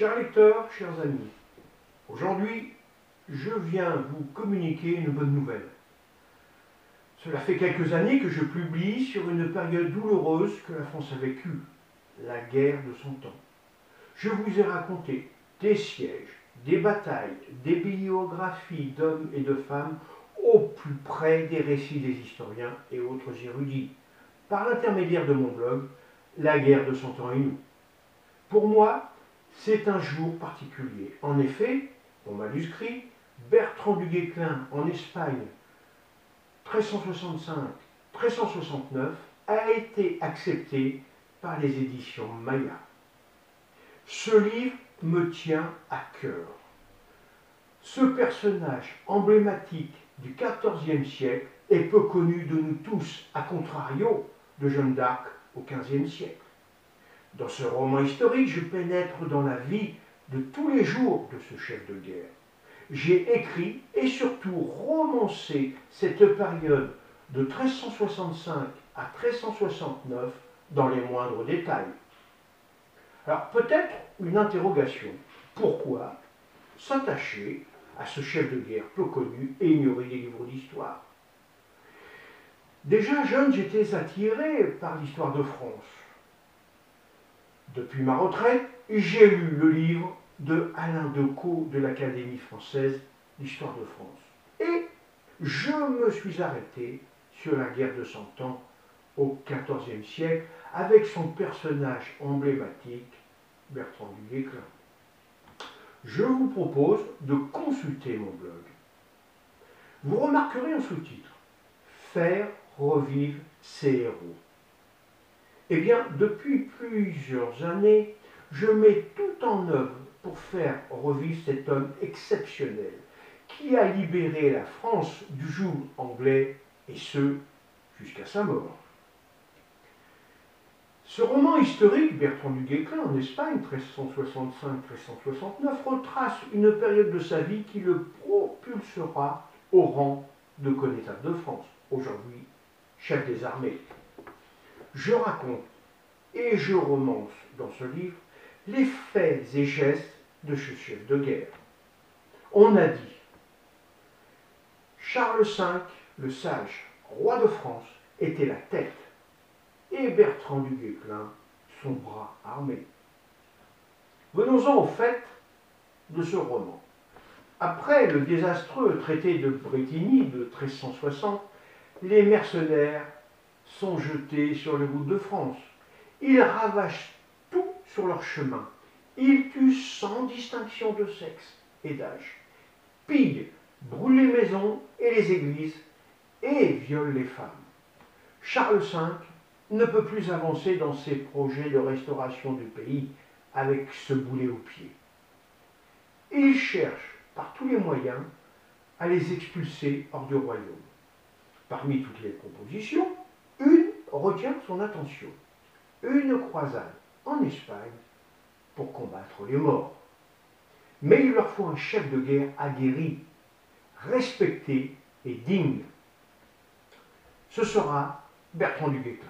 Chers lecteurs, chers amis, aujourd'hui, je viens vous communiquer une bonne nouvelle. Cela fait quelques années que je publie sur une période douloureuse que la France a vécue, la guerre de 100 ans. Je vous ai raconté des sièges, des batailles, des biographies d'hommes et de femmes au plus près des récits des historiens et autres érudits, par l'intermédiaire de mon blog, La guerre de 100 ans et nous. Pour moi, c'est un jour particulier. En effet, mon manuscrit, Bertrand du Guesclin en Espagne, 1365-1369, a été accepté par les éditions Maya. Ce livre me tient à cœur. Ce personnage emblématique du XIVe siècle est peu connu de nous tous, à contrario de Jeanne d'Arc au XVe siècle. Dans ce roman historique, je pénètre dans la vie de tous les jours de ce chef de guerre. J'ai écrit et surtout romancé cette période de 1365 à 1369 dans les moindres détails. Alors peut-être une interrogation. Pourquoi s'attacher à ce chef de guerre peu connu et ignoré des livres d'histoire? Déjà jeune, j'étais attiré par l'histoire de France. Depuis ma retraite, j'ai lu le livre de Alain Decaux de l'Académie française d'Histoire de France. Et je me suis arrêté sur la guerre de 100 ans au XIVe siècle avec son personnage emblématique, Bertrand du Guesclin. Je vous propose de consulter mon blog. Vous remarquerez un sous-titre, Faire revivre ses héros. Eh bien, depuis plusieurs années, je mets tout en œuvre pour faire revivre cet homme exceptionnel qui a libéré la France du joug anglais, et ce, jusqu'à sa mort. Ce roman historique, Bertrand du Guesclin en Espagne, 1365-1369, retrace une période de sa vie qui le propulsera au rang de connétable de France, aujourd'hui chef des armées. Je raconte et je romance dans ce livre les faits et gestes de ce chef de guerre. On a dit Charles V, le sage, roi de France, était la tête, et Bertrand du Guesclin, son bras armé. Venons-en au fait de ce roman. Après le désastreux traité de Bretigny de 1360, les mercenaires sont jetés sur les routes de France. Ils ravagent tout sur leur chemin. Ils tuent sans distinction de sexe et d'âge, pillent, brûlent les maisons et les églises et violent les femmes. Charles V ne peut plus avancer dans ses projets de restauration du pays avec ce boulet au pied. Il cherche par tous les moyens à les expulser hors du royaume. Parmi toutes les propositions, une retient son attention. Une croisade en Espagne pour combattre les morts. Mais il leur faut un chef de guerre aguerri, respecté et digne. Ce sera Bertrand du Guesclin.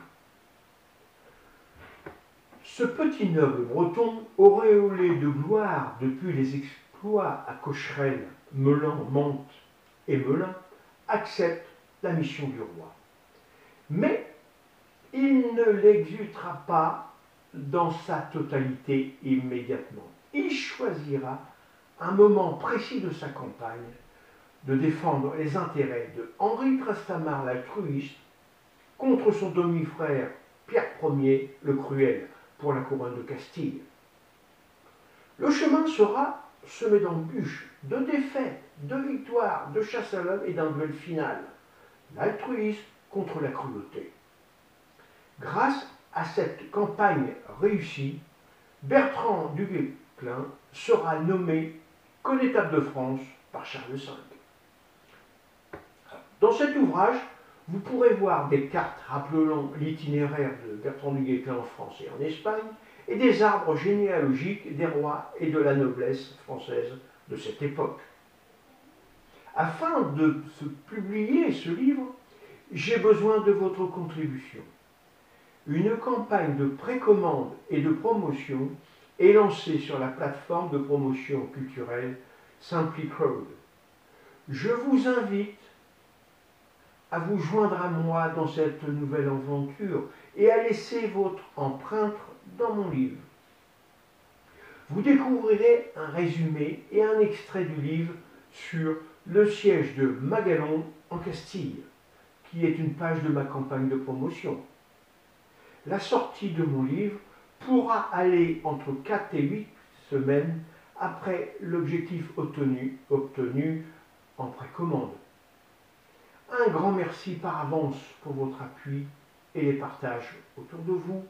Ce petit noble breton, auréolé de gloire depuis les exploits à Cocherel, Melun, Mantes et Melun, accepte la mission du roi. Mais il ne l'exécutera pas dans sa totalité immédiatement. Il choisira un moment précis de sa campagne de défendre les intérêts de Henri Trastamare l'altruiste contre son demi-frère Pierre Ier le cruel pour la couronne de Castille. Le chemin sera semé d'embûches, de défaites, de victoires, de chasse à l'homme et d'un duel final. L'altruisme contre la cruauté. Grâce à cette campagne réussie, Bertrand du Guesclin sera nommé connétable de France par Charles V. Dans cet ouvrage, vous pourrez voir des cartes rappelant l'itinéraire de Bertrand du Guesclin en France et en Espagne, et des arbres généalogiques des rois et de la noblesse française de cette époque. Afin de publier ce livre, j'ai besoin de votre contribution. Une campagne de précommande et de promotion est lancé sur la plateforme de promotion culturelle Simply Crowd. Je vous invite à vous joindre à moi dans cette nouvelle aventure et à laisser votre empreinte dans mon livre. Vous découvrirez un résumé et un extrait du livre sur le siège de Magalon en Castille, qui est une page de ma campagne de promotion. La sortie de mon livre pourra aller entre 4 et 8 semaines après l'objectif obtenu en précommande. Un grand merci par avance pour votre appui et les partages autour de vous.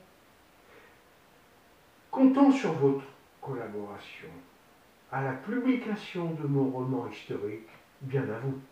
Comptons sur votre collaboration à la publication de mon roman historique, Bien à vous.